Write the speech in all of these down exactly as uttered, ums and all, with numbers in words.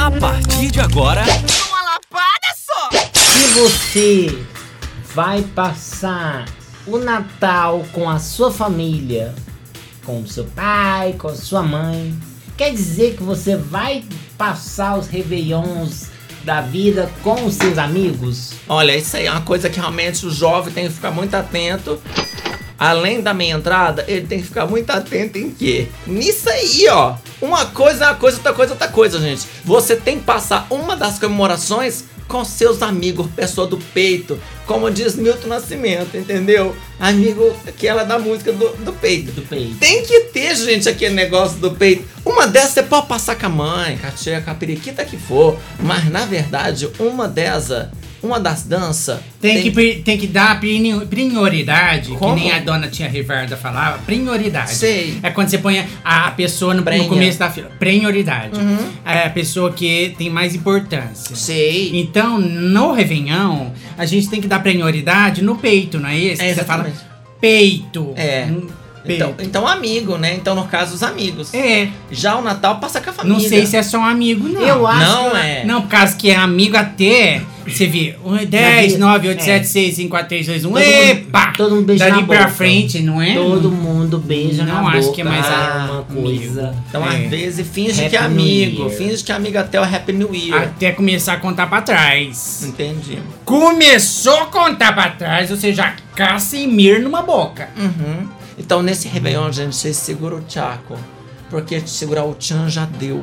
A partir de agora, uma lapada só! Se você vai passar o Natal com a sua família, com o seu pai, com a sua mãe, quer dizer que você vai passar os réveillons da vida com os seus amigos? Olha, isso aí é uma coisa que realmente o jovem tem que ficar muito atento. Além da meia entrada, ele tem que ficar muito atento em quê? Nisso aí, ó. Uma coisa é uma coisa, outra coisa é outra coisa, gente. Você tem que passar uma das comemorações com seus amigos, pessoa do peito. Como diz Milton Nascimento, entendeu? Amigo, aquela da música do, do peito. Do peito. Tem que ter, gente, aquele negócio do peito. Uma dessas você pode passar com a mãe, com a tia, com a periquita que for. Mas, na verdade, uma dessas... Uma das danças... Tem, tem... Que, tem que dar prioridade, Como? Que nem a dona tia Rivarda falava. Prioridade. Sei. É quando você põe a pessoa no, no começo da fila. Prioridade. Uhum. É a pessoa que tem mais importância. Sei. Então, no Réveillon, a gente tem que dar prioridade no peito, não é esse? É, que você fala exatamente. Peito. É. Hum, Então, peito. então, amigo, né? Então, no caso, os amigos. É. Já o Natal passa com a família. Não sei se é só um amigo, não. Eu acho Não que é. Não, por causa que é amigo até. Você vê, dez, nove, oito, sete, seis, cinco, quatro, três, dois, um. Todo mundo- Epa! todo mundo beija Dali na pra boca. frente, não é? Todo mundo beija Não na acho boca. que é mais Ah, a- uma coisa. Então, É. às vezes, finge Happy que é New amigo. Year. Finge que é amigo até o Happy New Year. Até começar a contar pra trás. Entendi. Começou a contar pra trás, você já caça e mir numa boca. Uhum. Então, nesse Réveillon, gente, você segura o tchaco. Porque te segurar o tchan já deu.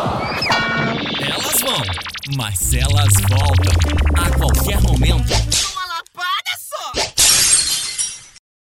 elas vão, mas elas voltam a qualquer momento.